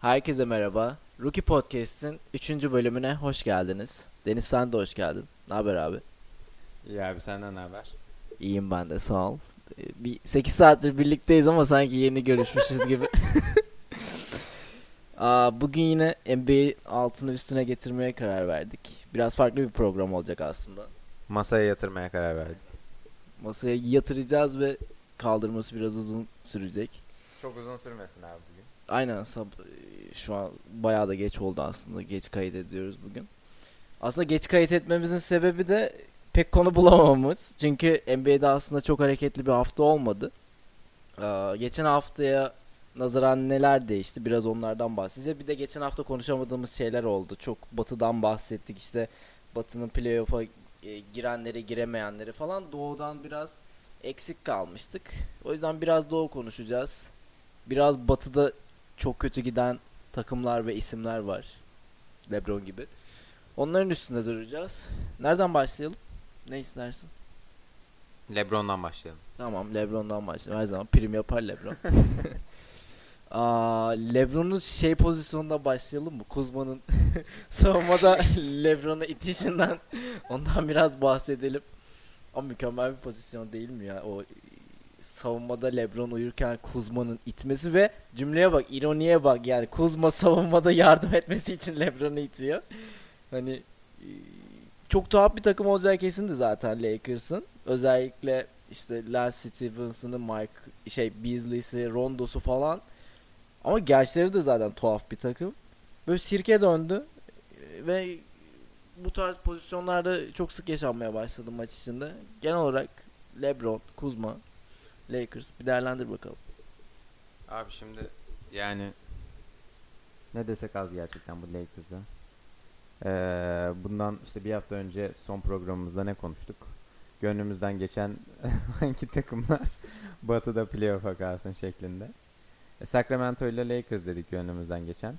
Herkese merhaba. Rookie Podcast'in 3. bölümüne hoş geldiniz. Deniz sen de hoş geldin. Ne haber abi? İyi abi senden ne haber? İyiyim ben de sağ ol. Bir 8 saattir birlikteyiz ama sanki yeni görüşmüşüz gibi. Bugün yine NBA altını üstüne getirmeye karar verdik. Biraz farklı bir program olacak aslında. Masaya yatırmaya karar verdik. Masaya yatıracağız ve kaldırması biraz uzun sürecek. Çok uzun sürmesin abi bugün. Aynen şu an bayağı da geç oldu aslında. Geç kayıt ediyoruz bugün. Aslında geç kayıt etmemizin sebebi de pek konu bulamamamız. Çünkü NBA'de aslında çok hareketli bir hafta olmadı. Geçen haftaya nazaran neler değişti? Biraz onlardan bahsedeceğiz. Bir de geçen hafta konuşamadığımız şeyler oldu. Çok Batı'dan bahsettik. İşte Batı'nın playoff'a girenleri, giremeyenleri falan. Doğu'dan biraz eksik kalmıştık. O yüzden biraz Doğu konuşacağız. Biraz Batı'da çok kötü giden takımlar ve isimler var. LeBron gibi. Onların üstünde duracağız. Nereden başlayalım? Ne istersin? LeBron'dan başlayalım. Tamam, LeBron'dan başlayalım. Her zaman prim yapar LeBron. LeBron'un pozisyonunda başlayalım mı? Kuzma'nın savunmada LeBron'a itişinden ondan biraz bahsedelim. Ama mükemmel bir pozisyon değil mi ya? O savunmada LeBron uyurken Kuzma'nın itmesi ve cümleye bak, ironiye bak. Yani Kuzma savunmada yardım etmesi için LeBron'u itiyor. Hani çok tuhaf bir takım olacağı kesindi zaten Lakers'ın. Özellikle işte Lance Stephenson'ı, Beasley'si, Rondo'su falan. Ama gençleri de zaten tuhaf bir takım. Böyle sirke döndü ve bu tarz pozisyonlarda çok sık yaşanmaya başladı maç içinde. Genel olarak LeBron, Kuzma, Lakers bir değerlendir bakalım. Abi şimdi yani ne desek az gerçekten bu Lakers'a. Bundan işte bir hafta önce son programımızda ne konuştuk? Gönlümüzden geçen hangi takımlar Batı'da playoff'a kalsın şeklinde. Sacramento ile Lakers dedik gönlümüzden geçen.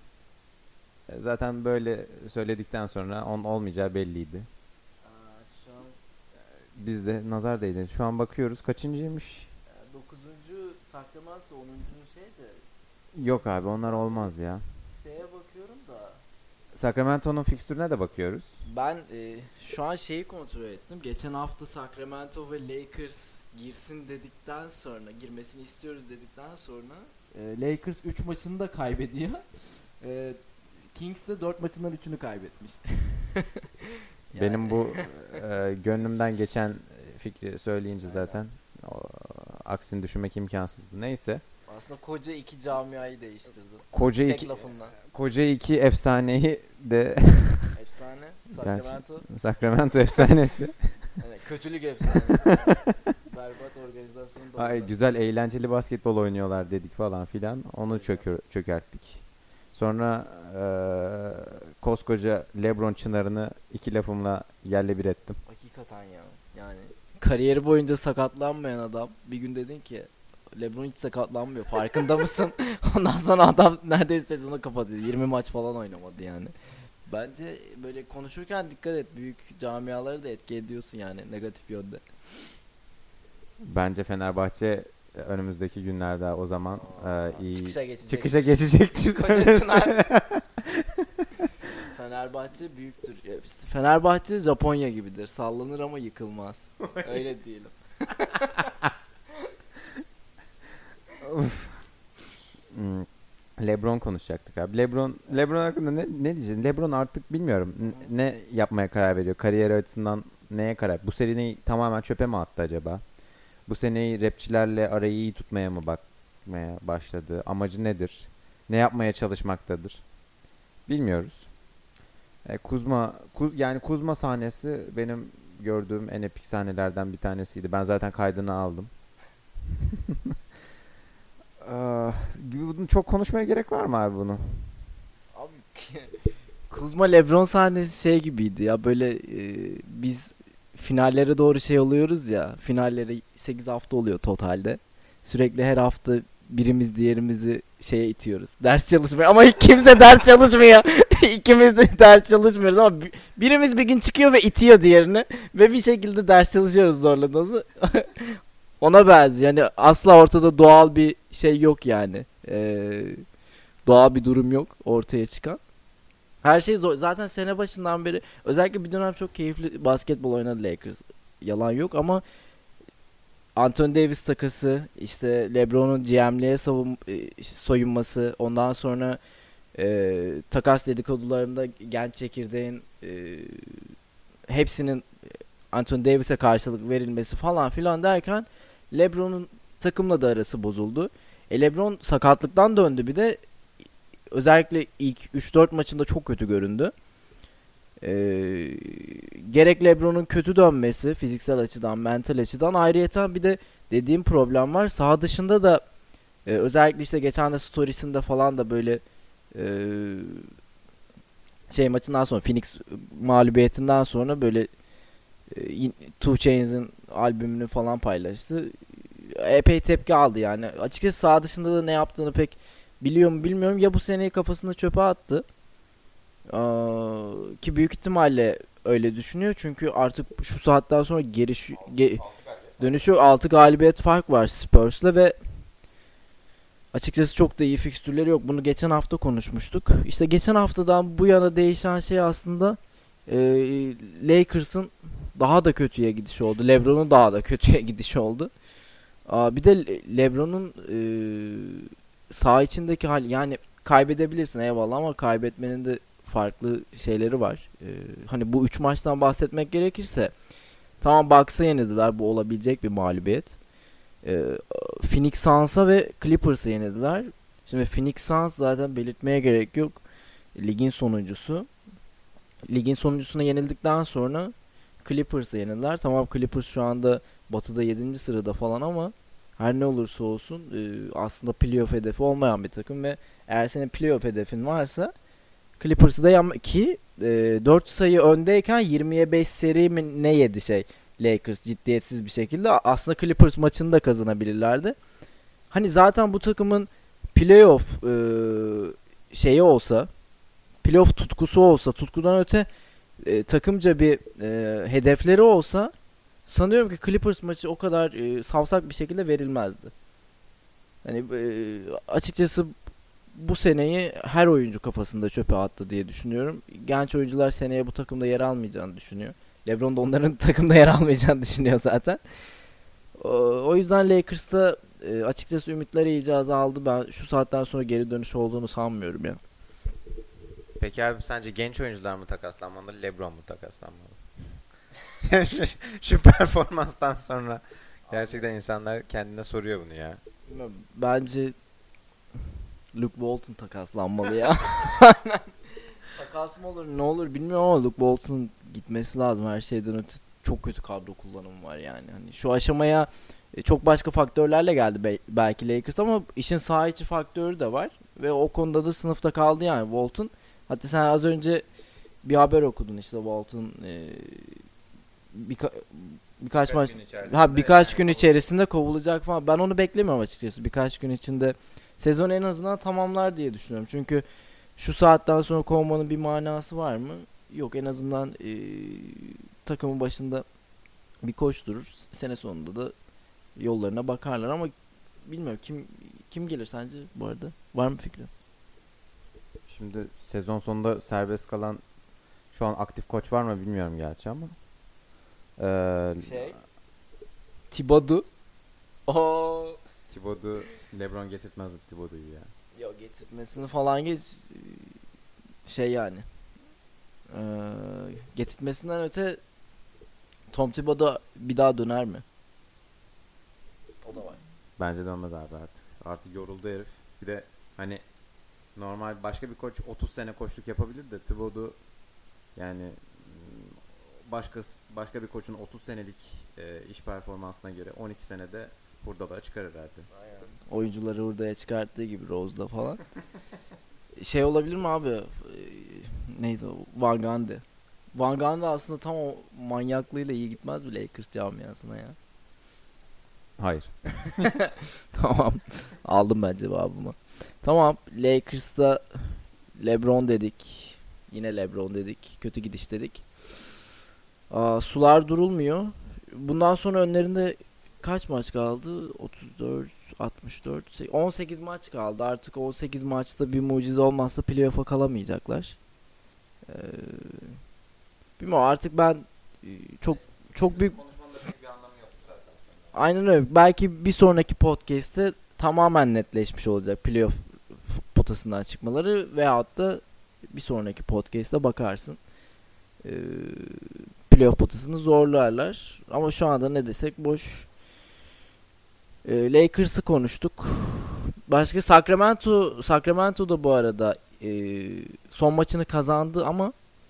Zaten böyle söyledikten sonra olmayacağı belliydi. Şu an Biz de nazar değdi. Şu an bakıyoruz kaçıncıymış? 9. Sacramento 10. şeydi. Yok abi onlar olmaz ya. Şeye bakıyorum da Sacramento'nun fikstürüne de bakıyoruz. ben şu an kontrol ettim. Geçen hafta Sacramento ve Lakers girsin dedikten sonra, girmesini istiyoruz dedikten sonra Lakers 3 maçını da kaybediyor. Kings de 4 maçından 3'ünü kaybetmiş. Benim bu gönlümden geçen fikri söyleyince zaten aksini düşünmek imkansızdı. Neyse. Aslında koca iki camiayı değiştirdi. Koca Tek iki lafından. koca iki efsaneyi de Efsane. Sacramento. Sacramento efsanesi. Yani kötülük efsanesi. Berbat organizasyon da. Ay güzel eğlenceli basketbol oynuyorlar dedik falan filan. Onu çökerttik. Sonra koskoca LeBron çınarını iki lafımla yerle bir ettim. Hakikaten ya. Yani kariyeri boyunca sakatlanmayan adam bir gün dedin ki LeBron hiç sakatlanmıyor. Farkında mısın? Ondan sonra adam neredeyse sezonu kapatıyor. 20 maç falan oynamadı yani. Bence böyle konuşurken dikkat et. Büyük camiaları da etki ediyorsun yani negatif yönde. Bence Fenerbahçe önümüzdeki günlerde o zaman iyi çıkışa geçecektir. Fenerbahçe büyüktür. Fenerbahçe Japonya gibidir. Sallanır ama yıkılmaz. Öyle diyelim. LeBron konuşacaktık abi. LeBron hakkında ne diyeceğiz? LeBron artık bilmiyorum ne yapmaya karar veriyor. Kariyeri açısından neye karar? Bu seneyi tamamen çöpe mi attı acaba? Bu seneyi rapçilerle arayı iyi tutmaya mı bakmaya başladı? Amacı nedir? Ne yapmaya çalışmaktadır? Bilmiyoruz. Kuzma sahnesi benim gördüğüm en epik sahnelerden bir tanesiydi. Ben zaten kaydını aldım. Bunu çok konuşmaya gerek var mı abi bunu? Abi Kuzma LeBron sahnesi gibiydi ya böyle biz finallere doğru oluyoruz ya, finallere 8 hafta oluyor totalde. Sürekli her hafta birimiz diğerimizi itiyoruz. Ders çalışmaya ama kimse ders çalışmıyor. İkimiz de ders çalışmıyoruz ama birimiz bir gün çıkıyor ve itiyor diğerini ve bir şekilde ders çalışıyoruz zorla nasıl. Ona benziyor. Yani asla ortada doğal bir yok yani. doğal bir durum yok ortaya çıkan. Her şey zor. Zaten sene başından beri özellikle bir dönem çok keyifli basketbol oynadı Lakers. Yalan yok ama Anthony Davis takası, işte LeBron'un GM'liğe soyunması, ondan sonra takas dedikodularında genç çekirdeğin hepsinin Anthony Davis'e karşılık verilmesi falan filan derken LeBron'un takımla da arası bozuldu. LeBron sakatlıktan döndü, bir de özellikle ilk 3-4 maçında çok kötü göründü. Gerek LeBron'un kötü dönmesi fiziksel açıdan, mental açıdan, ayrıyeten bir de dediğim problem var. Saha dışında da özellikle işte geçen de storiesinde falan da böyle maçından sonra, Phoenix mağlubiyetinden sonra böyle Two Chains'in albümünü falan paylaştı. Epey tepki aldı yani. Açıkçası saha dışında da ne yaptığını pek biliyor mu bilmiyorum. Ya bu seneyi kafasında çöpe attı. Ki büyük ihtimalle öyle düşünüyor. Çünkü artık şu saatten sonra dönüşü 6 galibiyet fark var Spurs'la ve açıkçası çok da iyi fikstürleri yok. Bunu geçen hafta konuşmuştuk. İşte geçen haftadan bu yana değişen şey aslında Lakers'ın daha da kötüye gidişi oldu. LeBron'un daha da kötüye gidişi oldu. Bir de LeBron'un saha içindeki hal, yani kaybedebilirsin eyvallah ama kaybetmenin de farklı şeyleri var. Hani bu 3 maçtan bahsetmek gerekirse, tamam Bucks'a yenildiler, bu olabilecek bir mağlubiyet. Phoenix Suns'a ve Clippers'a yenildiler. Şimdi Phoenix Suns zaten belirtmeye gerek yok. Ligin sonuncusu. Ligin sonuncusuna yenildikten sonra Clippers'a yenildiler. Tamam Clippers şu anda Batı'da 7. sırada falan ama her ne olursa olsun aslında playoff hedefi olmayan bir takım ve eğer senin playoff hedefin varsa Clippers'ı da ki 4 sayı öndeyken 20'ye 5 seri mi ne yedi Lakers ciddiyetsiz bir şekilde. Aslında Clippers maçını da kazanabilirlerdi. Hani zaten bu takımın playoff olsa, playoff tutkusu olsa, tutkudan öte takımca bir hedefleri olsa, sanıyorum ki Clippers maçı o kadar savsak bir şekilde verilmezdi. Hani açıkçası bu seneyi her oyuncu kafasında çöpe attı diye düşünüyorum. Genç oyuncular seneye bu takımda yer almayacağını düşünüyor. LeBron da onların takımda yer almayacağını düşünüyor zaten. O yüzden Lakers'ta açıkçası ümitler iyice azaldı. Ben şu saatten sonra geri dönüş olduğunu sanmıyorum ya. Peki abi, sence genç oyuncular mı takaslanmalı, LeBron mu takaslanmalı? şu performanstan sonra gerçekten insanlar kendine soruyor bunu ya. Bence Luke Walton takaslanmalı ya. Takas mı olur ne olur bilmiyorum ama Luke Walton gitmesi lazım her şeyden öte. Çok kötü kadro kullanımı var yani. Hani şu aşamaya çok başka faktörlerle geldi belki Lakers ama işin saha içi faktörü de var. Ve o konuda da sınıfta kaldı yani Walton. Hatta sen az önce bir haber okudun işte Walton birkaç gün içerisinde kovulacak falan. Ben onu beklemiyorum açıkçası. Birkaç gün içinde sezon en azından tamamlar diye düşünüyorum. Çünkü şu saatten sonra kovmanın bir manası var mı? Yok, en azından takımın başında bir koç durur. Sene sonunda da yollarına bakarlar ama bilmiyorum kim gelir sence bu arada? Var mı fikrin? Şimdi sezon sonunda serbest kalan şu an aktif koç var mı bilmiyorum gerçi ama. Thibodeau. Thibodeau, LeBron getirtmez Thibodeau'yu ya. Yok, getirtmesini falan geç yani. Getirtmesinden öte Tom Thibodeau bir daha döner mi? O da var. Bence dönmez abi artık. Artık yoruldu herif. Bir de hani normal başka bir koç 30 sene koçluk yapabilir de Thibodeau yani başka bir koçun 30 senelik iş performansına göre 12 senede hurdalığa çıkar herhalde. Aynen. Oyuncuları hurdaya çıkarttığı gibi Rose'da falan. Olabilir mi abi? Neydi o? Van Gundy. Van Gundy aslında tam o manyaklığıyla iyi gitmez mi Lakers camiasına ya? Hayır. Tamam. Aldım ben cevabımı. Tamam. Lakers'ta LeBron dedik. Yine LeBron dedik. Kötü gidiş dedik. Sular durulmuyor. Bundan sonra önlerinde kaç maç kaldı? 34, 64, 18 maç kaldı. Artık 18 maçta bir mucize olmazsa playoff'a kalamayacaklar. Ee, Bilmiyorum artık ben e, çok çok büyük aynen öyle. Belki bir sonraki podcast'te tamamen netleşmiş olacak playoff potasından çıkmaları veyahut da bir sonraki podcast'te bakarsın. Ee, Playoff potasını zorlarlar. Ama şu anda ne desek boş. Lakers'ı konuştuk. Başka Sacramento da bu arada son maçını kazandı ama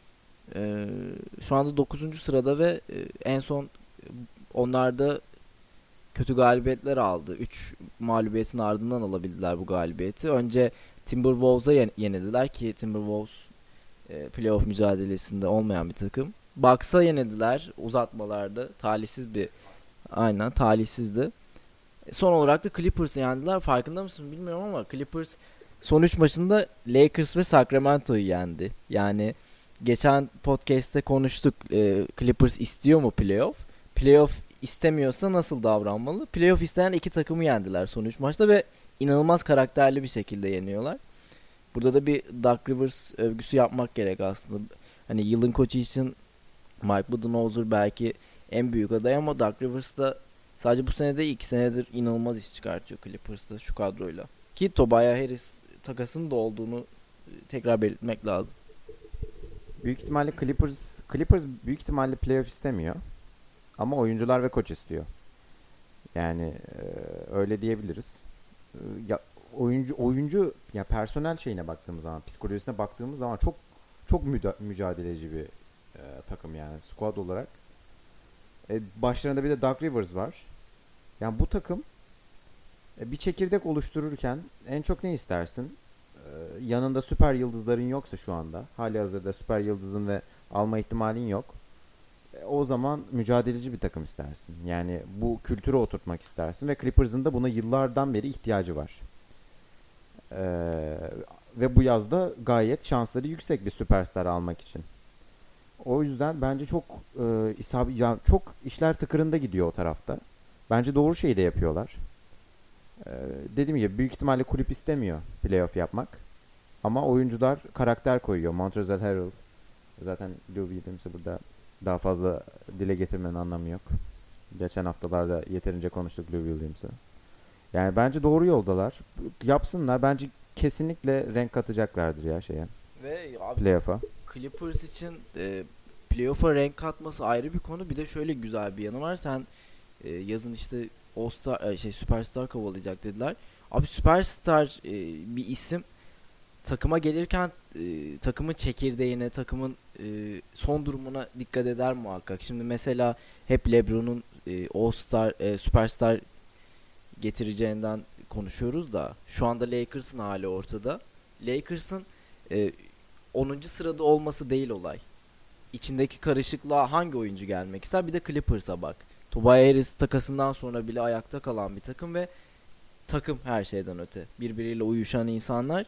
şu anda 9. sırada ve en son onlarda kötü galibiyetler aldı. 3 mağlubiyetin ardından alabildiler bu galibiyeti. Önce Timberwolves'a yenildiler ki Timberwolves playoff mücadelesinde olmayan bir takım. Bucks'a yenildiler uzatmalarda. Aynen talihsizdi. Son olarak da Clippers'ı yendiler. Farkında mısın bilmiyorum ama Clippers son 3 maçında Lakers ve Sacramento'yu yendi. Yani geçen podcast'te konuştuk. Clippers istiyor mu playoff? Playoff istemiyorsa nasıl davranmalı? Playoff isteyen iki takımı yendiler son 3 maçta ve inanılmaz karakterli bir şekilde yeniyorlar. Burada da bir Doug Rivers övgüsü yapmak gerek aslında. Hani yılın koçu için Mike Budenholzer belki en büyük aday ama Doug Rivers da sadece bu sene değil 2 senedir inanılmaz iş çıkartıyor Clippers'ta şu kadroyla. Ki Tobias Harris takasının da olduğunu tekrar belirtmek lazım. Büyük ihtimalle Clippers büyük ihtimalle playoff istemiyor. Ama oyuncular ve koç istiyor. Yani öyle diyebiliriz. Ya oyuncu ya personel şeyine baktığımız zaman, psikolojisine baktığımız zaman çok mücadeleci bir takım yani squad olarak. Başlarında bir de Doug Rivers var. Yani bu takım bir çekirdek oluştururken en çok ne istersin? Yanında süper yıldızların yoksa şu anda, halihazırda süper yıldızın ve alma ihtimalin yok. O zaman mücadeleci bir takım istersin. Yani bu kültürü oturtmak istersin ve Clippers'ın da buna yıllardan beri ihtiyacı var. Ve bu yazda gayet şansları yüksek bir süperstar almak için. O yüzden bence çok işler tıkırında gidiyor o tarafta. Bence doğru şeyi de yapıyorlar. Dediğim gibi büyük ihtimalle kulüp istemiyor playoff yapmak. Ama oyuncular karakter koyuyor. Montrezl Harrell, zaten Lou Williams'ı burada daha fazla dile getirmenin anlamı yok. Geçen haftalarda yeterince konuştuk Lou Williams'ı. Yani bence doğru yoldalar. Yapsınlar. Bence kesinlikle renk katacaklardır ya şeye. Ve abi, playoff'a. Clippers için playoff'a renk katması ayrı bir konu. Bir de şöyle güzel bir yanı var. Sen yazın işte Superstar kovalayacak dediler. Abi Superstar bir isim takıma gelirken takımın çekirdeğine, takımın son durumuna dikkat eder muhakkak. Şimdi mesela hep LeBron'un Superstar getireceğinden konuşuyoruz da şu anda Lakers'ın hali ortada. Lakers'ın 10. sırada olması değil olay. İçindeki karışıklığa hangi oyuncu gelmek ister? Bir de Clippers'a bak. Tobias Harris takasından sonra bile ayakta kalan bir takım ve takım her şeyden öte. Birbiriyle uyuşan insanlar.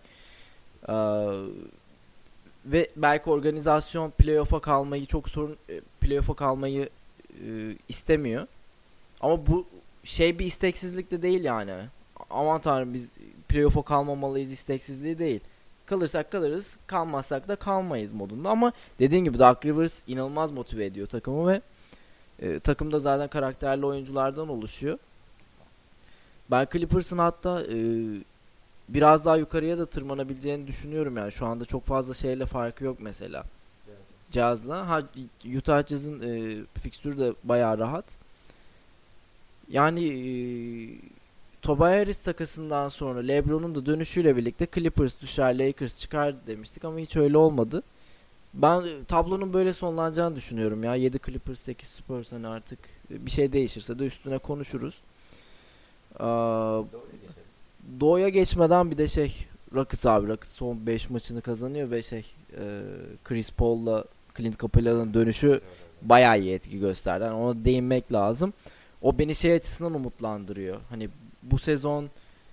Ve belki organizasyon playoff'a kalmayı istemiyor. Ama bu bir isteksizlik de değil yani. Aman tanrım biz playoff'a kalmamalıyız isteksizliği değil. Kalırsak kalırız, kalmazsak da kalmayız modunda. Ama dediğin gibi Doug Rivers inanılmaz motive ediyor takımı ve takımda zaten karakterli oyunculardan oluşuyor. Ben Clippers'ın hatta biraz daha yukarıya da tırmanabileceğini düşünüyorum yani. Şu anda çok fazla şeyle farkı yok mesela. Jazz'la. Utah Jazz'ın fikstürü de bayağı rahat. Yani Tobias Harris takasından sonra LeBron'un da dönüşüyle birlikte Clippers düşer, Lakers çıkar demiştik ama hiç öyle olmadı. Ben tablonun böyle sonlanacağını düşünüyorum ya. 7 Clippers, 8 Spurs, hani artık bir şey değişirse de üstüne konuşuruz. Doğu'ya geçmeden bir de Rockets son 5 maçını kazanıyor ve Chris Paul'la Clint Capela'nın dönüşü bayağı iyi etki gösterdi. Yani ona değinmek lazım. O beni açısından umutlandırıyor. Hani bu sezon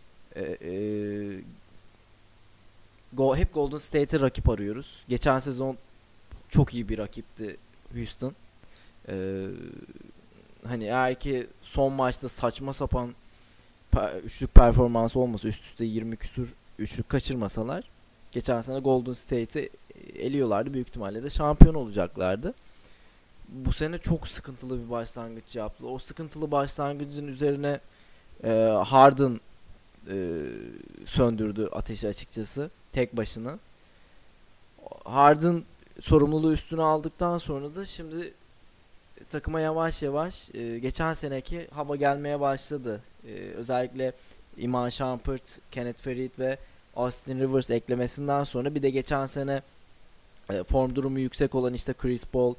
hep Golden State'e rakip arıyoruz. Geçen sezon çok iyi bir rakipti Houston. Hani eğer ki son maçta saçma sapan üçlük performansı olmasa, üst üste 20 küsur üçlük kaçırmasalar geçen sene Golden State'i eliyorlardı. Büyük ihtimalle de şampiyon olacaklardı. Bu sene çok sıkıntılı bir başlangıç yaptı. O sıkıntılı başlangıcın üzerine Harden söndürdü ateşi açıkçası tek başına. Harden sorumluluğu üstüne aldıktan sonra da şimdi takıma yavaş yavaş geçen seneki hava gelmeye başladı. Özellikle Iman Shumpert, Kenneth Faried ve Austin Rivers eklemesinden sonra bir de geçen sene form durumu yüksek olan işte Chris Paul,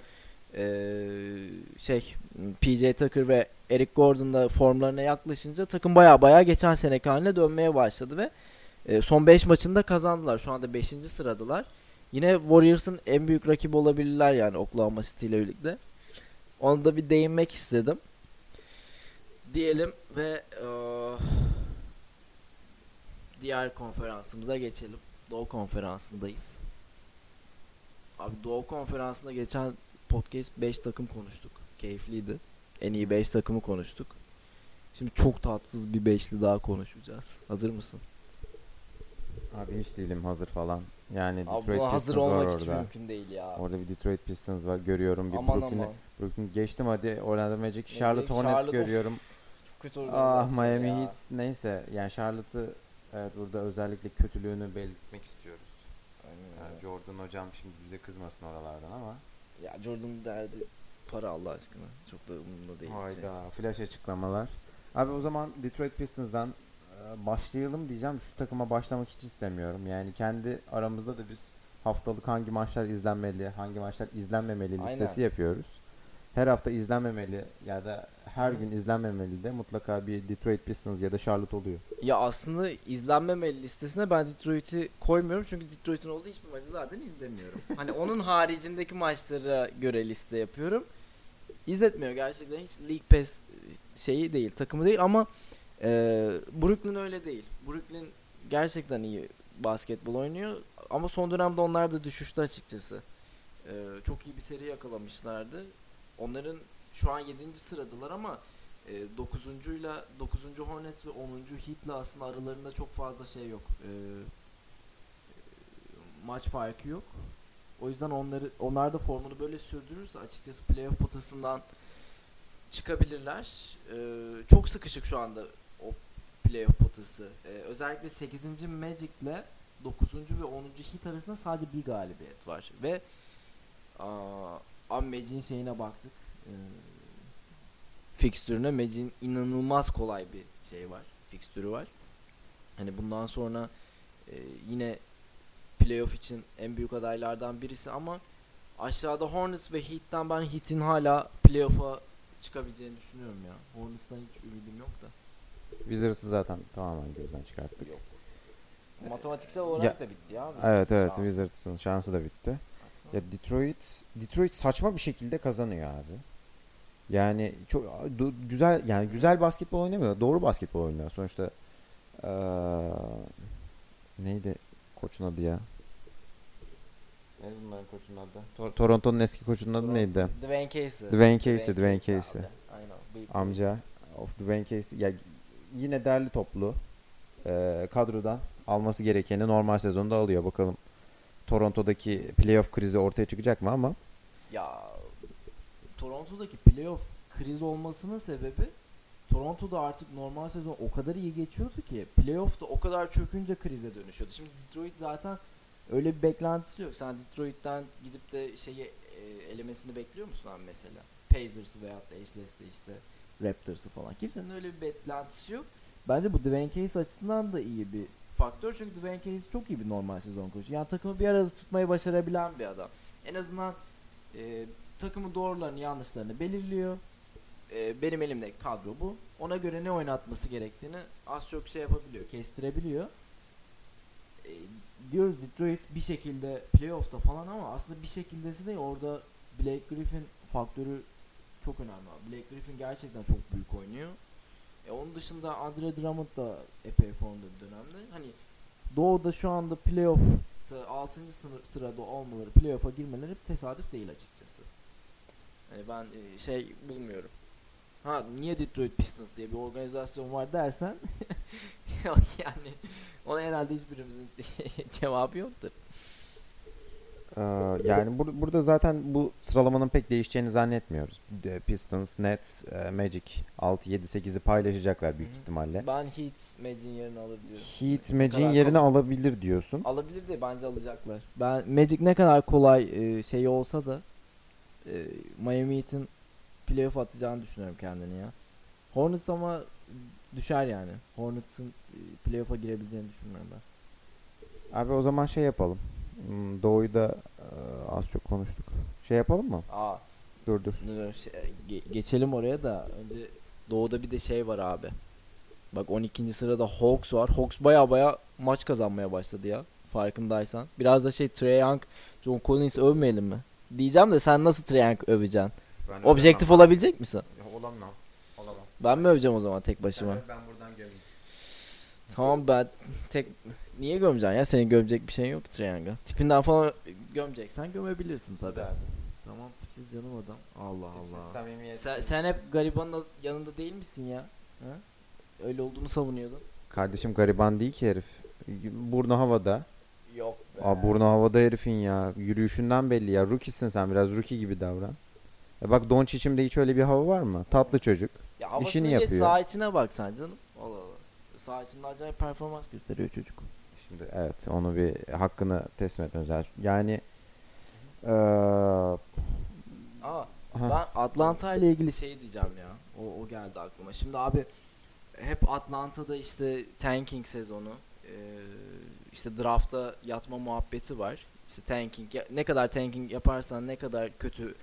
PJ Tucker ve Eric Gordon da formlarına yaklaşınca takım baya geçen seneki haline dönmeye başladı ve son 5 maçında kazandılar. Şu anda 5. sıradılar. Yine Warriors'ın en büyük rakibi olabilirler yani Oklahoma City ile birlikte. Onu da bir değinmek istedim. Diyelim ve diğer konferansımıza geçelim. Doğu Konferansı'ndayız. Abi Doğu Konferansı'nda geçen podcast 5 takım konuştuk. Keyifliydi. En iyi 5 takımı konuştuk. Şimdi çok tatsız bir beşli daha konuşacağız. Hazır mısın? Abi hiç değilim hazır falan. Yani Abi Detroit buna hazır Pistons var olmak hiç orada. mümkün değil ya. Orada bir Detroit Pistons var görüyorum. Bir Aman Brooklyn, aman. Brooklyn geçtim hadi Orlando Magic, Charlotte Hornets Charlotte, görüyorum. Çok kötü Ah organizasyon Miami ya. Heat neyse yani Charlotte'ı evet burada özellikle kötülüğünü belirtmek istiyoruz. Aynen öyle. Jordan hocam şimdi bize kızmasın oralardan ama. Ya Jordan'ın derdi para Allah aşkına. Çok da umurumda değil. Hayda flash açıklamalar. Abi o zaman Detroit Pistons'dan başlayalım diyeceğim. Şu takıma başlamak hiç istemiyorum. Yani kendi aramızda da biz haftalık hangi maçlar izlenmeli, hangi maçlar izlenmemeli listesi yapıyoruz. Her hafta izlenmemeli ya da her gün izlenmemeli de mutlaka bir Detroit Pistons ya da Charlotte oluyor. Ya aslında izlenmemeli listesine ben Detroit'i koymuyorum çünkü Detroit'in olduğu hiçbir maçı zaten izlemiyorum. Hani onun haricindeki maçlara göre liste yapıyorum. İzletmiyor gerçekten hiç League Pass şeyi değil, takımı değil ama Brooklyn öyle değil. Brooklyn gerçekten iyi basketbol oynuyor ama son dönemde onlar da düşüştü açıkçası. Çok iyi bir seri yakalamışlardı. Onların şu an 7. sıradılar ama 9. ile 9. Hornets ve 10. Heat'le aslında aralarında çok fazla şey yok. Maç farkı yok. O yüzden onlar da formunu böyle sürdürürse açıkçası playoff potasından çıkabilirler. Çok sıkışık şu anda o playoff potası. Özellikle 8. Magic ile 9. ve 10. Heat arasında sadece bir galibiyet var ve Magic'in şeyine baktık. Fikstürüne Magic'in inanılmaz kolay bir şey var. Fikstürü var. Hani bundan sonra yine playoff için en büyük adaylardan birisi ama aşağıda Hornets ve Heat'ten ben Heat'in hala playoff'a çıkabileceğini düşünüyorum ya. Hornets'tan hiç ümidim yok da. Wizards'ı zaten tamamen gözden çıkarttık. Yok. Matematiksel olarak da bitti ya. Evet Şansı. Wizards'ın şansı da bitti. Ya Detroit saçma bir şekilde kazanıyor abi. Yani çok güzel yani güzel basketbol oynamıyor. Doğru basketbol oynuyor. Sonuçta neydi koçun adı ya? Neydi bunların koçun adı? Toronto'nun eski koçunun adı neydi? Dwayne Casey. Dwayne Casey. Aynen. Amca of Dwayne Casey. Ya yine derli toplu kadrodan alması gerekeni normal sezonda alıyor. Bakalım Toronto'daki playoff krizi ortaya çıkacak mı ama Ya Toronto'daki playoff kriz olmasının sebebi Toronto'da artık normal sezon o kadar iyi geçiyordu ki playoff'ta o kadar çökünce krize dönüşüyordu. Şimdi Detroit zaten öyle bir beklentisi yok. Sen Detroit'ten gidip de elemesini bekliyor musun abi mesela? Pacers'ı veyahut da eşleşti işte Raptors'ı falan. Kimsenin öyle bir beklentisi yok. Bence bu Dwayne Casey açısından da iyi bir faktör. Çünkü Dwayne Casey çok iyi bir normal sezon koçu. Yani takımı bir arada tutmayı başarabilen bir adam. En azından takımın doğrularını yanlışlarını belirliyor. Benim elimdeki kadro bu. Ona göre ne oynatması gerektiğini az çok şey yapabiliyor, kestirebiliyor. Diyoruz Detroit bir şekilde playoff'ta falan ama aslında bir şekildesi de orada Blake Griffin faktörü çok önemli. Blake Griffin gerçekten çok büyük oynuyor. Onun dışında Andre Drummond da epey formda bir dönemde. Hani Doğu'da şu anda playoff'ta 6. sırada olmaları, playoff'a girmeleri tesadüf değil açıkçası. Yani ben bulmuyorum. Ha, niye Detroit Pistons diye bir organizasyon var dersen yani ona herhalde hiçbirimizin cevabı yoktur. Yani burada zaten bu sıralamanın pek değişeceğini zannetmiyoruz. Pistons, Nets, Magic 6, 7, 8'i paylaşacaklar büyük ihtimalle. Ben Heat Magic'in yerini alır diyorum. Heat Ne Magic'in kadar yerini kolay. alabilir diyorsun. Alabilir de bence alacaklar. Ben Magic ne kadar kolay şeyi olsa da Miami Heat'in playoff atacağını düşünüyorum kendini ya. Hornets ama düşer yani. Hornets'ın playoff'a girebileceğini düşünmüyorum ben. Abi o zaman şey yapalım. Doğu'yu da az çok konuştuk. Şey yapalım mı? Aa, Dur. geçelim oraya da önce Doğu'da bir de şey var abi. Bak 12. sırada Hawks var. Hawks baya maç kazanmaya başladı ya. Farkındaysan. Biraz da Trae Young, John Collins övmeyelim mi? Diyeceğim de sen nasıl Trae Young öveceksin? Objektif olabilecek misin? Olamam. Ben mi öveceğim o zaman tek başıma? Ben buradan gömeyim. Tamam ben tek... Niye gömeceksin ya? Senin gömecek bir şeyin yok Trae Young'a. Tipinden falan gömeceksen gömebilirsin tabii. Tamam, tipsiz canım adam. Allah Allah. Sen hep garibanın yanında değil misin ya? Ha? Öyle olduğunu savunuyordun. Kardeşim gariban değil ki herif. Burnu havada. Yok be. Burnu havada herifin ya. Yürüyüşünden belli ya. Rookie'sin sen, biraz rookie gibi davran. Bak Doncic'imde hiç öyle bir hava var mı? Tatlı çocuk. Ya havasını İşini geç, yapıyor. saha içine bak sen canım. Allah Allah. Saha içinde acayip performans gösteriyor çocuk. Şimdi evet, onu bir hakkını teslim etmemiz lazım. Yani Aa, ben Atlanta ile ilgili şey diyeceğim ya. O geldi aklıma. Şimdi abi hep Atlanta'da işte tanking sezonu, işte drafta yatma muhabbeti var. İşte tanking, ne kadar tanking yaparsan, ne kadar kötü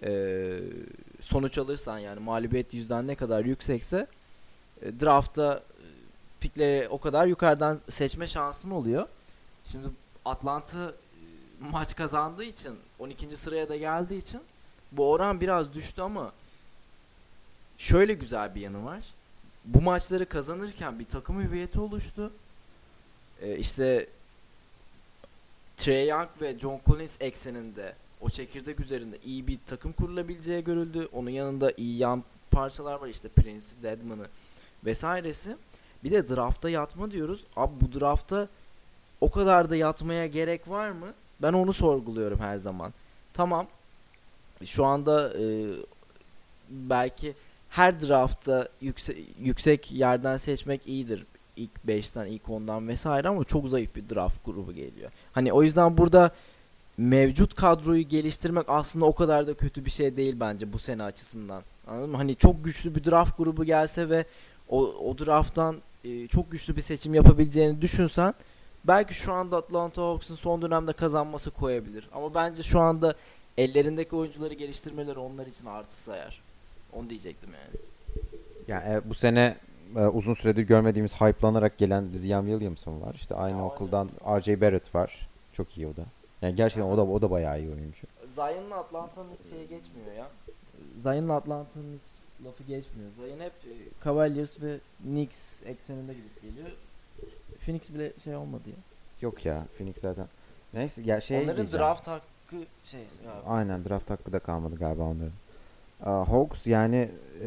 sonuç alırsan, yani mağlubiyet yüzden ne kadar yüksekse drafta pikleri o kadar yukarıdan seçme şansın oluyor. Şimdi Atlanta maç kazandığı için, 12. sıraya da geldiği için bu oran biraz düştü ama şöyle güzel bir yanı var. Bu maçları kazanırken bir takım hüviyeti oluştu. İşte Trae Young ve John Collins ekseninde, o çekirdek üzerinde iyi bir takım kurulabileceği görüldü. Onun yanında iyi yan parçalar var, işte Prince'i, Dedman'ı vesairesi. Bir de drafta yatma diyoruz. Abi bu drafta o kadar da yatmaya gerek var mı? Ben onu sorguluyorum her zaman. Tamam. Şu anda belki her draftta yüksek yerden seçmek iyidir. İlk 5'ten, ilk 10'dan vesaire, ama çok zayıf bir draft grubu geliyor. Hani o yüzden burada mevcut kadroyu geliştirmek aslında o kadar da kötü bir şey değil bence bu sene açısından. Anladın mı? Hani çok güçlü bir draft grubu gelse ve o drafttan çok güçlü bir seçim yapabileceğini düşünsen, belki şu anda Atlanta Hawks'ın son dönemde kazanması koyabilir. Ama bence şu anda ellerindeki oyuncuları geliştirmeleri onlar için artı sayar. Onu diyecektim yani. yani bu sene uzun süredir görmediğimiz hype'lanarak gelen bir Zion Williamson var. İşte aynı Ya, okuldan R.J. Barrett var. Çok iyi o da. Yani gerçekten o da bayağı iyi oyuncu. Zion'la Atlanta'nın hiç şeye geçmiyor ya. Zion'la Atlanta'nın hiç lafı geçmiyor. Zion hep Cavaliers ve Knicks ekseninde gidip geliyor. Phoenix bile şey olmadı ya. Yok ya, Phoenix zaten. Neyse ya, şey Onların diyeceğim. draft hakkı şey ya. Aynen, draft hakkı da kalmadı galiba onların. Hawks yani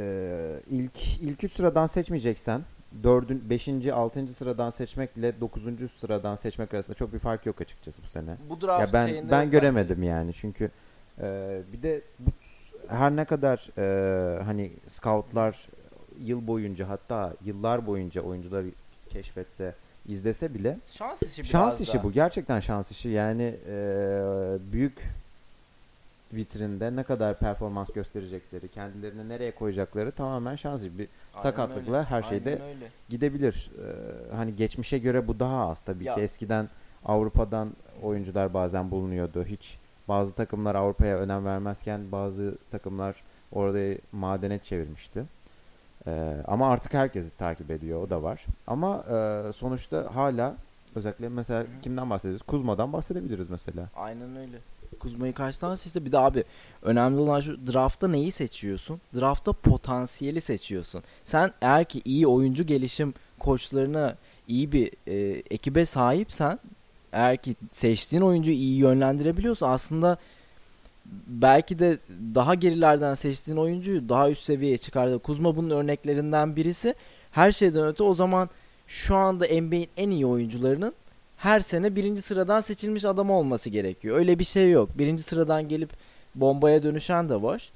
ilk 3 sıradan seçmeyeceksen 4. 5. 6. sıradan seçmekle 9. sıradan seçmek arasında çok bir fark yok açıkçası bu sene. Bu draft Ya şeyinde ben yok göremedim yani, çünkü bir de bu her ne kadar hani scoutlar yıl boyunca, hatta yıllar boyunca oyuncuları keşfetse, izlese bile bence. Şans işi biraz şans da. işi bu. Gerçekten şans işi. Yani büyük vitrinde ne kadar performans gösterecekleri, kendilerini nereye koyacakları tamamen şans işi. Bir Aynen sakatlıkla öyle. her şeyde Aynen öyle. gidebilir. Hani geçmişe göre bu daha az tabii Ya. ki. Eskiden Avrupa'dan oyuncular bazen bulunuyordu. Hiç, bazı takımlar Avrupa'ya önem vermezken bazı takımlar orada madenet çevirmişti. Ama artık herkesi takip ediyor, o da var. Ama sonuçta hala, özellikle mesela kimden bahsediyoruz? Kuzma'dan bahsedebiliriz mesela. Aynen öyle. Kuzma'yı kaçtan seçti? Bir de abi önemli olan şu: draftta neyi seçiyorsun? Draftta potansiyeli seçiyorsun. Sen eğer ki iyi oyuncu gelişim koçlarına, iyi bir ekibe sahipsen, eğer ki seçtiğin oyuncuyu iyi yönlendirebiliyorsan, aslında belki de daha gerilerden seçtiğin oyuncuyu daha üst seviyeye çıkardı. Kuzma bunun örneklerinden birisi. Her şeyden öte o zaman şu anda NBA'in en iyi oyuncularının her sene birinci sıradan seçilmiş adam olması gerekiyor. Öyle bir şey yok. Birinci sıradan gelip bombaya dönüşen de var.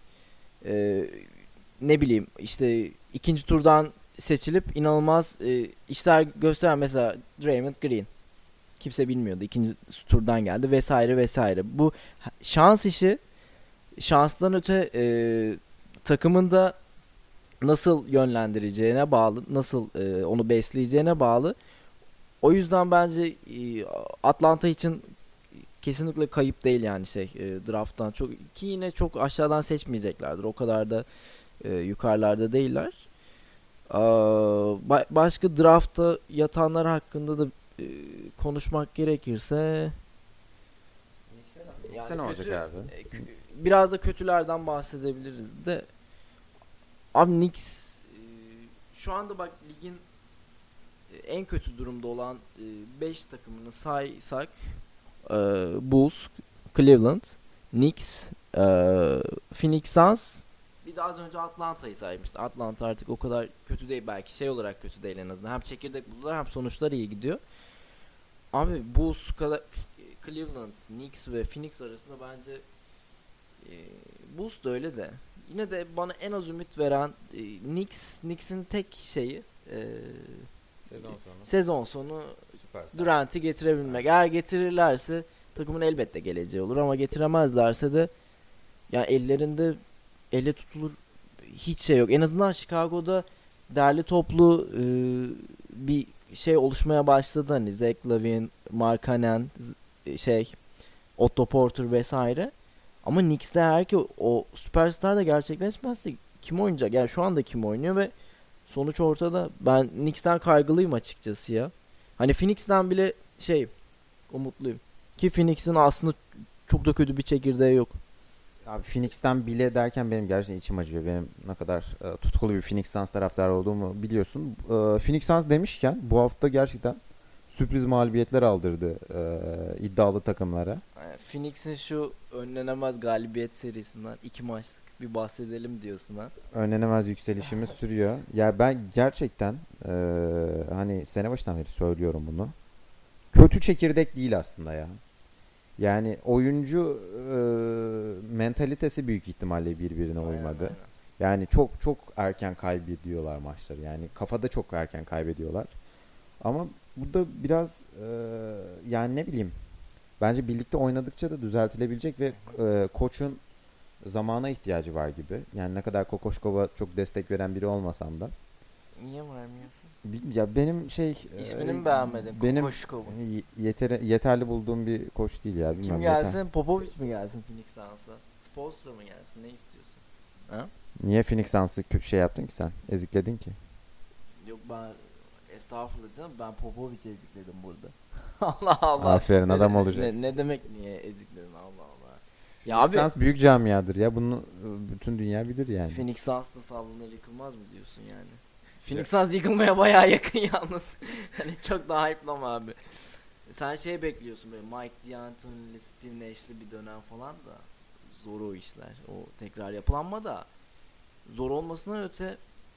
Ne bileyim işte ikinci turdan seçilip inanılmaz işler gösteren mesela Draymond Green. Kimse bilmiyordu. İkinci turdan geldi vesaire vesaire. Bu şans işi, şanstan öte takımın da nasıl yönlendireceğine bağlı, nasıl onu besleyeceğine bağlı. O yüzden bence Atlanta için kesinlikle kayıp değil yani drafttan çok ki yine çok aşağıdan seçmeyeceklerdir. O kadar da yukarılarda değiller. Başka draftta yatanlar hakkında da konuşmak gerekirse Knicks'e ne olacak abi? biraz da kötülerden bahsedebiliriz de abi Knicks şu anda bak ligin en kötü durumda olan 5 takımını saysak Bulls, Cleveland, Knicks, Phoenix Suns, bir de az önce Atlanta'yı saymıştım. Atlanta artık o kadar kötü değil, belki olarak kötü değil en azından. Hem çekirdek buldular hem sonuçlar iyi gidiyor. Abi Bulls, Cleveland, Knicks ve Phoenix arasında bence Bulls da öyle de. Yine de bana en az ümit veren Knicks'in tek şeyi sezon sonu Durant'i getirebilmek. Eğer getirirlerse takımın elbette geleceği olur ama getiremezlerse de yani ellerinde elle tutulur hiç şey yok. En azından Chicago'da derli toplu bir şey oluşmaya başladı. Hani Zach LaVine, Markkanen, Otto Porter vesaire. Ama Knicks'te eğer ki o süperstar da gerçekleşmezse kim oynayacak? Yani şu anda kim oynuyor ve sonuç ortada. Ben Knicks'ten kaygılıyım açıkçası ya. Hani Phoenix'ten bile umutluyum. Ki Phoenix'in aslında çok da kötü bir çekirdeği yok. Abi Phoenix'ten bile derken benim gerçekten içim acıyor. Benim ne kadar tutkulu bir Phoenix Suns taraftarı olduğumu biliyorsun. Phoenix Suns demişken bu hafta gerçekten sürpriz mağlubiyetler aldırdı iddialı takımlara. Phoenix'in şu önlenemez galibiyet serisinden 2 maçlık bir bahsedelim diyorsun ha. Önlenemez yükselişimiz sürüyor. Ya ben gerçekten hani sene başından beri söylüyorum bunu. Kötü çekirdek değil aslında ya. Yani oyuncu mentalitesi büyük ihtimalle birbirine uymadı. Aynen. Yani çok çok erken kaybediyorlar maçları. Yani kafada çok erken kaybediyorlar. Ama bu da biraz yani ne bileyim. Bence birlikte oynadıkça da düzeltilebilecek ve koçun zamana ihtiyacı var gibi. Yani ne kadar Kokoşkova çok destek veren biri olmasam da. Niye vermiyorsun? Ya benim ismini mi beğenmedin? Benim Kokoşkova. yeterli bulduğum bir koç değil ya. Kim gelsin? Popovic mi gelsin Phoenix Suns'a? Spoelstra mı gelsin? Ne istiyorsun? Ha? Niye Phoenix Suns'ı kötü şey yaptın ki sen? Ezikledin ki. Yok ben estağfurullah canım, ben Popovic'i ezikledim burada. Allah Allah. Aferin, adam olacaksın. Ne demek niye ezikledin, Allah Allah. Ya Phoenix Suns büyük camiadır ya. Bunu bütün dünya bilir yani. Phoenix Suns'ta sallanır yıkılmaz mı diyorsun yani? Phoenix Suns yıkılmaya bayağı yakın yalnız. Hani çok daha hype'lama abi. Sen bekliyorsun böyle Mike D'Antoni'li, Steve Nash'li bir dönem falan da zor o işler. O tekrar yapılanma da zor olmasına öte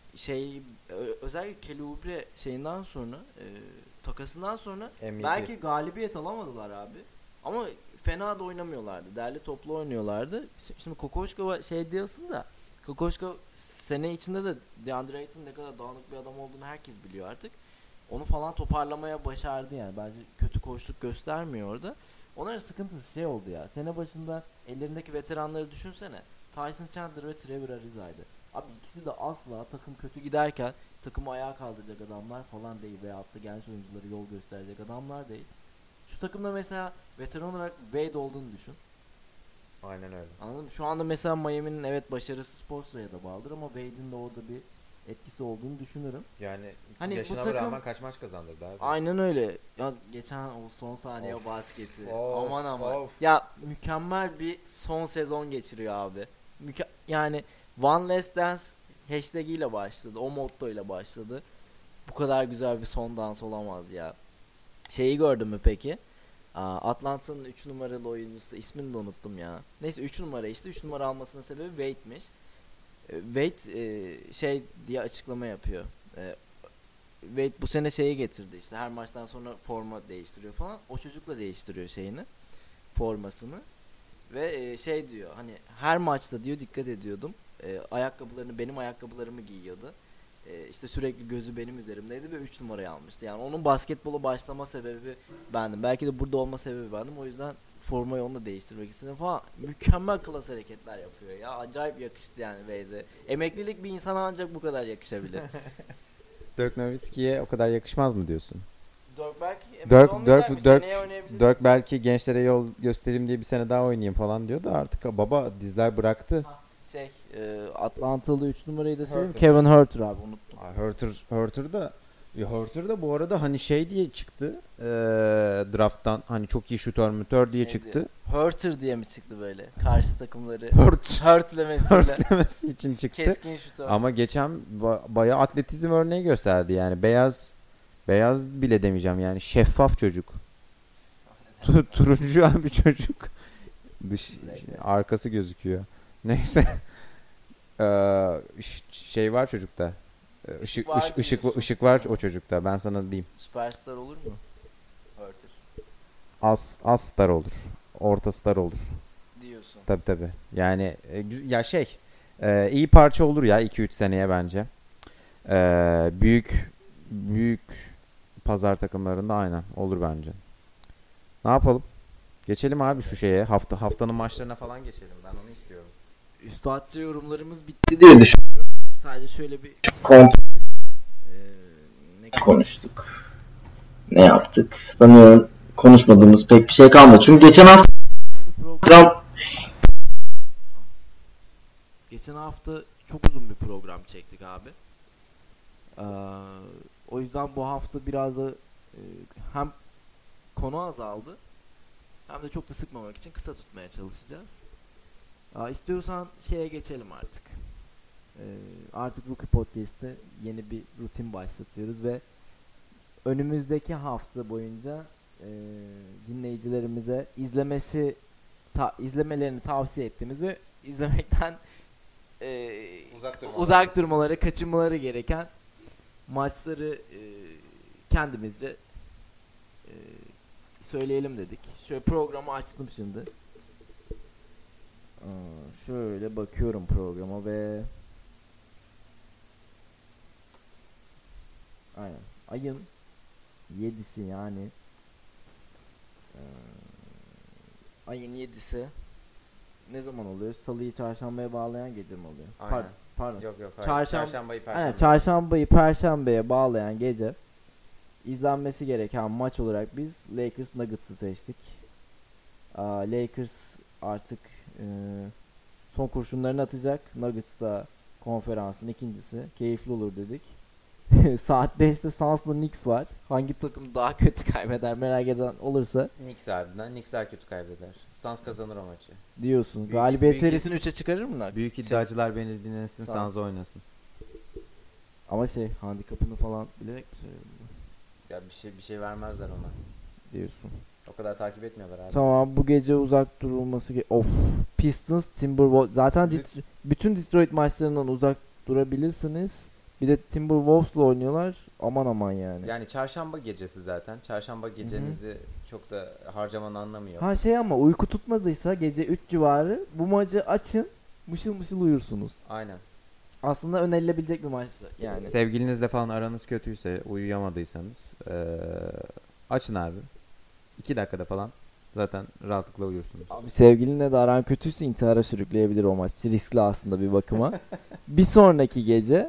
özellikle Kelly Oubre şeyinden sonra takasından sonra MVP. Belki galibiyet alamadılar abi. Ama fena da oynamıyorlardı. Derli toplu oynuyorlardı. Şimdi Kokoşkova diyorsun da Kokoşkova sene içinde de DeAndre Ayton'un ne kadar dağınık bir adam olduğunu herkes biliyor artık. Onu falan toparlamaya başardı yani. Bence kötü koçluk göstermiyor orada. Onların sıkıntısı oldu ya. Sene başında ellerindeki veteranları düşünsene. Tyson Chandler ve Trevor Ariza'ydı. Abi ikisi de asla takım kötü giderken takımı ayağa kaldıracak adamlar falan değil. Veyahut da genç oyuncuları yol gösterecek adamlar değil. Şu takımda mesela veteran olarak Wade olduğunu düşün. Aynen öyle. Anladın mı? Şu anda mesela Miami'nin evet başarısı Spoelstra'ya da bağlıdır ama Wade'in de orada bir etkisi olduğunu düşünürüm. Yani hani yaşına takım, rağmen kaç maç kazandırdı abi. Aynen öyle. Ya geçen o son saniye basketi. Aman. Ya mükemmel bir son sezon geçiriyor abi. Yani One Last Dance hashtag ile başladı. O motto ile başladı. Bu kadar güzel bir son dans olamaz ya. Gördün mü peki? Atlanta'nın 3 numaralı oyuncusu, ismini de unuttum ya. Neyse 3 numara işte, 3 numara almasının sebebi Wade'miş. Wade şey diye açıklama yapıyor. Wade bu sene şeyi getirdi işte, her maçtan sonra forma değiştiriyor falan. O çocukla değiştiriyor şeyini, formasını. Ve şey diyor, hani her maçta diyor dikkat ediyordum. Ayakkabılarını, benim ayakkabılarımı giyiyordu. İşte sürekli gözü benim üzerimdeydi ve 3 numarayı almıştı. Yani onun basketbolu başlama sebebi bendim. Belki de burada olma sebebi bendim. O yüzden formayı onunla değiştirmek istedim falan. Mükemmel klas hareketler yapıyor ya. Acayip yakıştı yani Wade'e. Emeklilik bir insana ancak bu kadar yakışabilir. Dirk Nowitzki'ye o kadar yakışmaz mı diyorsun? Dirk belki Dirk, olmayacakmış, seneye oynayabilir. Dirk belki gençlere yol göstereyim diye bir sene daha oynayayım falan diyor da artık baba dizler bıraktı. Atlantalı 3 numarayı da söyleyeyim. Huerter. Kevin Huerter abi, unuttum. Hurter da bu arada hani şey diye çıktı drafttan, hani çok iyi şutör diye çıktı. Huerter diye mi çıktı böyle? Karşı takımları Hurt hurtlemesiyle. demesi için çıktı. Keskin şutör. Ama geçen bayağı atletizm örneği gösterdi yani. Beyaz bile demeyeceğim yani, şeffaf çocuk. Turuncu abi çocuk. Arkası gözüküyor. Neyse. Şey var çocukta. Işık var o çocukta. Ben sana diyeyim. Süperstar olur mu? Huerter Az star olur. Orta star olur. diyorsun. Tabii. Yani ya şey, iyi parça olur ya 2-3 seneye bence. Büyük pazar takımlarında aynen olur bence. Ne yapalım? Geçelim abi şu şeye. Haftanın maçlarına falan geçelim. Ben onu istiyorum. Üstadça yorumlarımız bitti diye düşünüyorum. Sadece şöyle bir ne konuştuk. Ne yaptık? Sanıyorum konuşmadığımız pek bir şey kalmadı. Çünkü geçen hafta çok uzun bir program çektik abi. O yüzden bu hafta biraz da hem konu azaldı hem de çok da sıkmamak için kısa tutmaya çalışacağız. İstiyorsan şeye geçelim artık. Artık Rookie Podcast'te yeni bir rutin başlatıyoruz ve önümüzdeki hafta boyunca dinleyicilerimize izlemelerini tavsiye ettiğimiz ve izlemekten uzak durmaları, kaçınmaları gereken maçları kendimizce söyleyelim dedik. Şöyle programı açtım şimdi. Şöyle bakıyorum programa ve aynen ayın 7'si yani ayın 7'si ne zaman oluyor? Salı'yı çarşambaya bağlayan gece mi oluyor? Aynen. Pardon. Yok hayır. Çarşambayı Perşembe. Aynen, çarşambayı perşembeye bağlayan gece izlenmesi gereken maç olarak biz Lakers Nuggets'ı seçtik. Lakers artık son kurşunlarını atacak. Nuggets da konferansın ikincisi. Keyifli olur dedik. Saat 5'te Suns'la Knicks var. Hangi takım daha kötü kaybeder merak eden olursa Knicks harbiden. Knicks daha kötü kaybeder. Suns kazanır o maçı. diyorsun. Büyük- Galibiyet büyük- serisini 3'e çıkarır mı lan? Büyük iddiacılar beni dinlesin, Tamam. Suns oynasın. Ama handikapını falan bilerek mi söylüyorum Ya bir şey vermezler ona. diyorsun. O kadar takip etmiyorlar abi. Tamam, bu gece uzak durulması of. Pistons Timberwolves zaten bütün Detroit maçlarından uzak durabilirsiniz. Bir de Timberwolves'la oynuyorlar. Aman yani. Yani çarşamba gecesi zaten. Çarşamba gecenizi çok da harcamanın anlamı yok. Ama uyku tutmadıysa gece 3 civarı bu maçı açın. Mışıl mışıl uyursunuz. Aynen. Aslında önerilebilecek bir maçtı yani. Sevgilinizle falan aranız kötüyse, uyuyamadıysanız açın abi. 2 dakikada falan zaten rahatlıkla uyursunuz. Abi sevgilinle de aran kötüyse intihara sürükleyebilir o maç. Riskli aslında bir bakıma. bir sonraki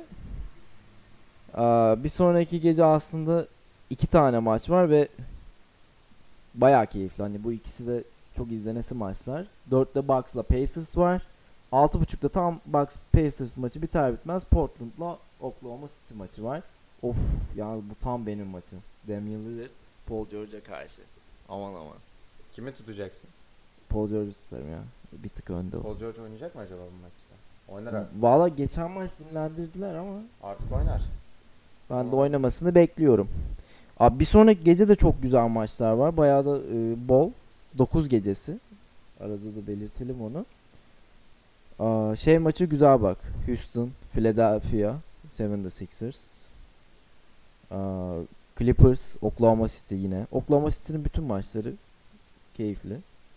gece aslında 2 tane maç var ve bayağı keyifli. Hani bu ikisi de çok izlenesi maçlar. 4'te Bucks'la Pacers var. 6.30'da tam Bucks Pacers maçı biter bitmez Portland'la Oklahoma City maçı var. Of yani bu tam benim maçım. Damian Lillard Paul George'a karşı. Aman. Kimi tutacaksın? Paul George'u tutarım ya. Bir tık önde o. Paul George oynayacak mı acaba bu maçta? Oynar artık. Valla geçen maç dinlendirdiler ama Artık oynar. ben de oynamasını bekliyorum. Abi bir sonraki gece de çok güzel maçlar var. Bayağı da bol. 9 gecesi. Arada da belirtelim onu. Şey maçı güzel bak. Houston, Philadelphia, 76ers. Clippers, Oklahoma City yine. Oklahoma City'nin bütün maçları keyifli.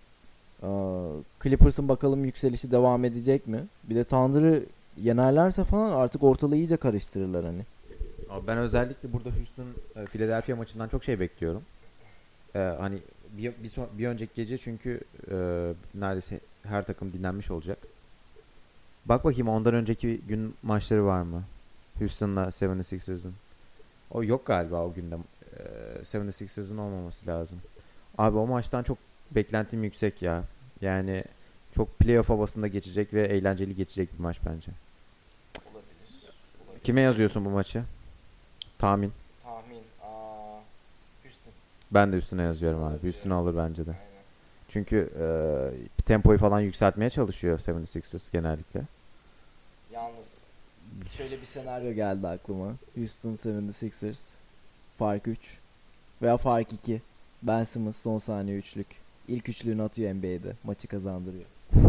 Clippers'ın bakalım yükselişi devam edecek mi? Bir de Thunder'ı yenerlerse falan artık ortalığı iyice karıştırırlar hani. Abi ben özellikle burada Houston Philadelphia maçından çok şey bekliyorum. Hani bir önceki gece çünkü neredeyse her takım dinlenmiş olacak. Bak bakayım ondan önceki gün maçları var mı? Houston'la 76ers'ın. O yok galiba o günde. 76ers'ın olmaması lazım. Abi o maçtan çok beklentim yüksek ya. Yani çok playoff havasında geçecek ve eğlenceli geçecek bir maç bence. Olabilir. Kime yazıyorsun bu maçı? Tahmin. Tahmin. Houston. Ben de üstüne yazıyorum abi. Olabilir. Üstüne alır bence de. Aynen. Çünkü tempoyu falan yükseltmeye çalışıyor 76ers genellikle. Yalnız şöyle bir senaryo geldi aklıma. Houston 76ers fark 3 veya fark 2. Ben Simmons son saniye üçlük. İlk üçlüğünü atıyor NBA'de. Maçı kazandırıyor.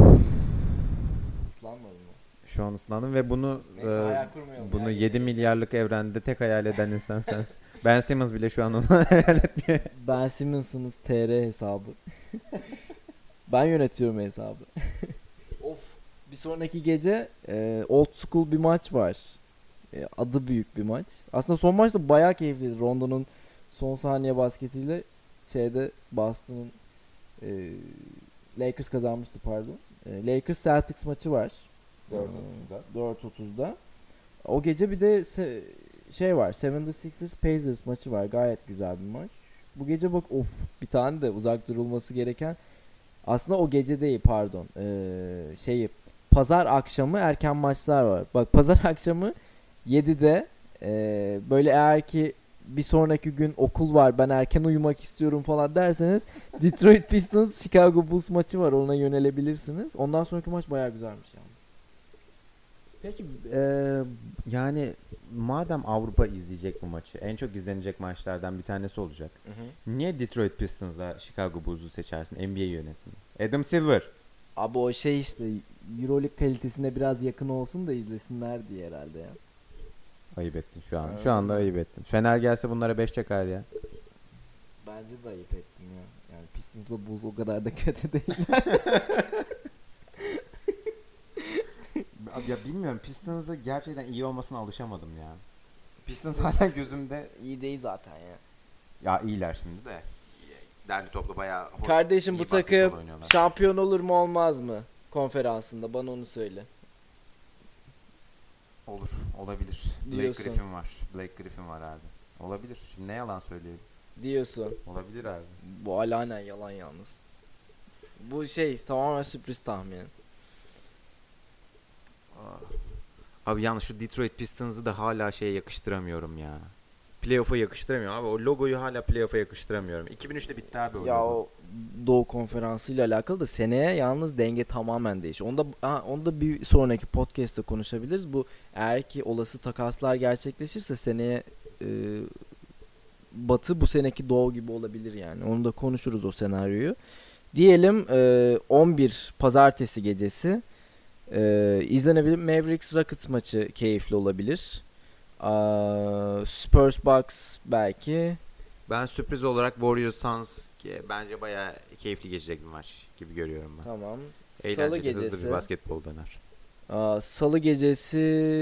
Islanmadın mı? Şu an ıslandım ve bunu Neyse hayal kurmayalım. bunu ya. 7 milyarlık evrende tek hayal eden insan sensin. Ben Simmons bile şu an onu hayal etmiyor. Ben Simmons'ınız TR hesabı. Ben yönetiyorum hesabı. Of. Bir sonraki gece old school bir maç var. Adı büyük bir maç. Aslında son maç da bayağı keyifliydi. Rondo'nun son saniye basketiyle Boston'ın Lakers kazanmıştı pardon. Lakers Celtics maçı var. 4.30'da. O gece bir de şey var. 76ers Pacers maçı var. Gayet güzel bir maç. Bu gece bak bir tane de uzak durulması gereken aslında o gece değil pardon. Pazar akşamı erken maçlar var. Bak pazar akşamı 7'de böyle eğer ki bir sonraki gün okul var ben erken uyumak istiyorum falan derseniz Detroit Pistons Chicago Bulls maçı var ona yönelebilirsiniz. Ondan sonraki maç bayağı güzelmiş yani. Peki yani madem Avrupa izleyecek bu maçı, en çok izlenecek maçlardan bir tanesi olacak. Niye Detroit Pistons'la Chicago Bulls'u seçersin NBA yönetimi? Adam Silver. Abi o şey işte EuroLeague kalitesine biraz yakın olsun da izlesinler diye herhalde ya. Ayıp ettin şu an. Şu anda ayıp ettin. Fener gelse bunlara 5 çakar ya. Bence de ayıp ettim ya. Yani Pistons'la Bulls o kadar da kötü değil. Ya bilmiyorum. Pistons'ı gerçekten iyi olmasına alışamadım ya. Pistons hala gözümde. İyi değil zaten ya. Ya iyiler şimdi de. Derli toplu bayağı Kardeşim iyi bu basketbol takım oynuyorlar. şampiyon olur mu olmaz mı konferansında bana onu söyle. Olur. Olabilir. Diyorsun. Blake Griffin var abi. Olabilir. Şimdi ne yalan söyleyeyim. Diyorsun. Olabilir abi. Bu alanen yalan yalnız. Bu şey tamamen sürpriz tahmini. Abi yalnız şu Detroit Pistons'ı da hala şeye yakıştıramıyorum ya. Playoff'a yakıştıramıyorum abi. O logoyu hala playoff'a yakıştıramıyorum. 2003'te bitti abi o Ya logo. o Doğu Konferansı ile alakalı da seneye yalnız denge tamamen değişiyor. Onda bir sonraki podcast'te konuşabiliriz. Bu eğer ki olası takaslar gerçekleşirse seneye Batı bu seneki Doğu gibi olabilir yani. Onu da konuşuruz o senaryoyu. Diyelim 11 pazartesi gecesi izlenebilir. Mavericks Rockets maçı keyifli olabilir. Spurs Bucks belki. Ben sürpriz olarak Warriors Suns bence bayağı keyifli geçecek bir maç gibi görüyorum ben. Tamam. Salı Eğlenceli, hızlı gecesi. bir basketbol döner. Salı gecesi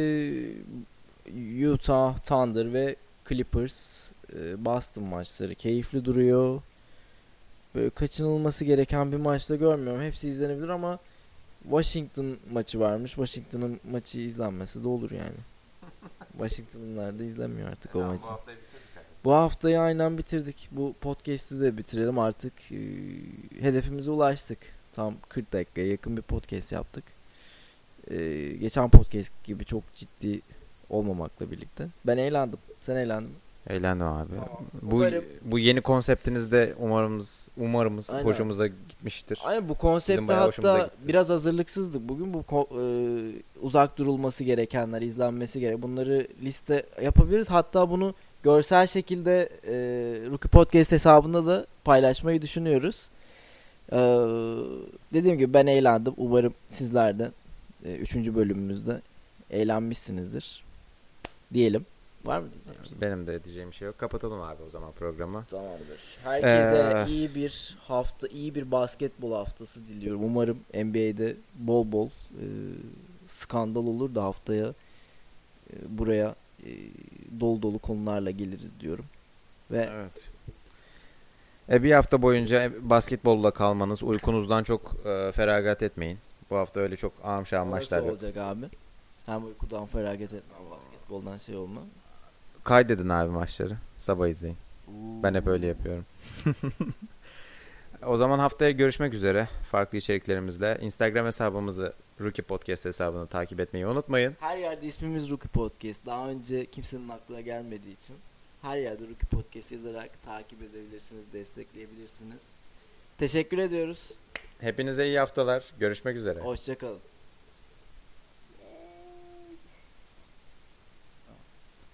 Utah Thunder ve Clippers Boston maçları keyifli duruyor. Böyle kaçınılması gereken bir maçta görmüyorum. Hepsi izlenebilir ama Washington maçı varmış. Washington'ın maçı izlenmesi de olur yani. Washington'lar da izlemiyor artık o maçı. Bu haftayı aynen bitirdik. Bu podcast'i de bitirelim artık. Hedefimize ulaştık. Tam 40 dakikaya yakın bir podcast yaptık. Geçen podcast gibi çok ciddi olmamakla birlikte. Ben eğlendim. Sen eğlendin mi? Eğlendim abi. Umarım- Bu yeni konseptiniz de umarımız Aynen. hoşumuza gitmiştir. Aynen bu Bizim konsepte bayağı hoşumuza hatta gitti. biraz hazırlıksızdık. Bugün bu uzak durulması gerekenler, izlenmesi gereken bunları liste yapabiliriz. Hatta bunu görsel şekilde Rookie Podcast hesabında da paylaşmayı düşünüyoruz. Dediğim gibi ben eğlendim. Umarım sizler de 3. bölümümüzde eğlenmişsinizdir diyelim. Var mı diyeceğim şey? Benim de diyeceğim bir şey yok. Kapatalım abi o zaman programı. Tamamdır. Herkese iyi bir hafta, iyi bir basketbol haftası diliyorum. Umarım NBA'de bol bol skandal olur da haftaya buraya dolu dolu konularla geliriz diyorum. Ve Evet. Bir hafta boyunca basketbolla kalmanız, uykunuzdan çok feragat etmeyin. Bu hafta öyle çok ağam şahım maçlar nasıl yok. olacak abi? Hem uykudan feragat etmem, basketboldan şey olma. Kaydedin abi maçları. Sabah izleyin. Ben hep öyle yapıyorum. O zaman haftaya görüşmek üzere farklı içeriklerimizle. Instagram hesabımızı Rookie Podcast hesabını takip etmeyi unutmayın. Her yerde ismimiz Rookie Podcast. Daha önce kimsenin aklına gelmediği için her yerde Rookie Podcast yazarak takip edebilirsiniz, destekleyebilirsiniz. Teşekkür ediyoruz. Hepinize iyi haftalar. Görüşmek üzere. Hoşça kalın.